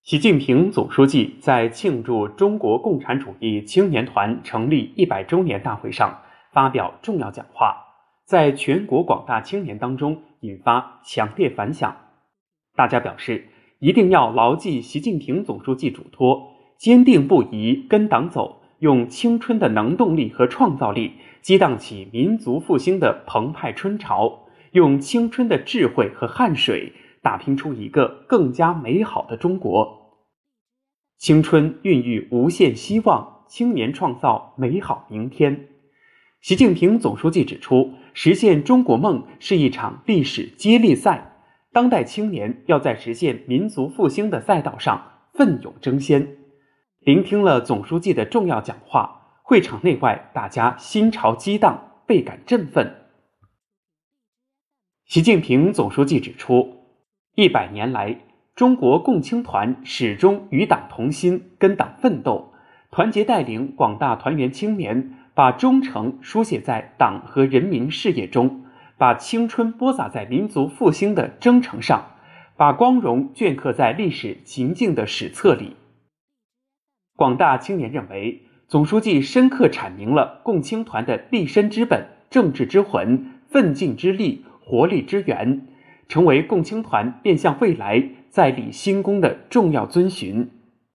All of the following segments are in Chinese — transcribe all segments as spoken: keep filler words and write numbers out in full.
习近平总书记在庆祝中国共产主义青年团成立一百周年大会上发表重要讲话，在全国广大青年当中引发强烈反响。大家表示，一定要牢记习近平总书记嘱托，坚定不移跟党走，用青春的能动力和创造力激荡起民族复兴的澎湃春潮，用青春的智慧和汗水打拼出一个更加美好的中国。青春孕育无限希望，青年创造美好明天。习近平总书记指出，实现中国梦是一场历史接力赛，当代青年要在实现民族复兴的赛道上奋勇争先。聆听了总书记的重要讲话，会场内外大家心潮激荡，倍感振奋。习近平总书记指出，一百年来，中国共青团始终与党同心，跟党奋斗，团结带领广大团员青年，把忠诚书写在党和人民事业中，把青春播撒在民族复兴的征程上，把光荣镌刻在历史情境的史册里。广大青年认为，总书记深刻阐明了共青团的立身之本、政治之魂、奋进之力、活力之源，成为共青团面向未来再立新功的重要遵循。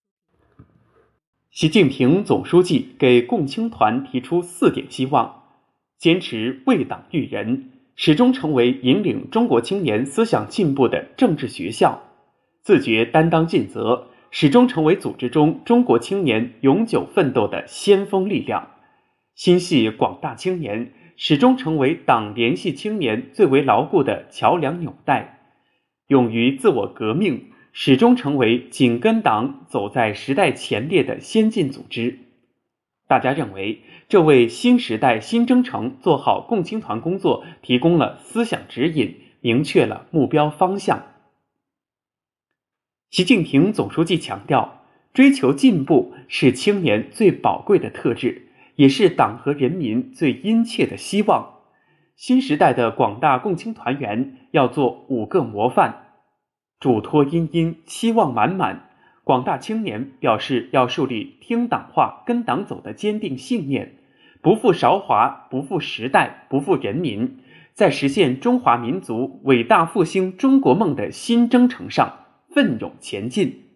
习近平总书记给共青团提出四点希望：坚持为党育人，始终成为引领中国青年思想进步的政治学校；自觉担当尽责，始终成为组织中中国青年永久奋斗的先锋力量；心系广大青年，始终成为党联系青年最为牢固的桥梁纽带；勇于自我革命，始终成为紧跟党走在时代前列的先进组织。大家认为，这为新时代新征程做好共青团工作提供了思想指引，明确了目标方向。习近平总书记强调，追求进步是青年最宝贵的特质，也是党和人民最殷切的希望。新时代的广大共青团员要做五个模范：嘱托殷殷，期望满满。广大青年表示要树立听党话、跟党走的坚定信念，不负韶华，不负时代，不负人民，在实现中华民族伟大复兴中国梦的新征程上奋勇前进。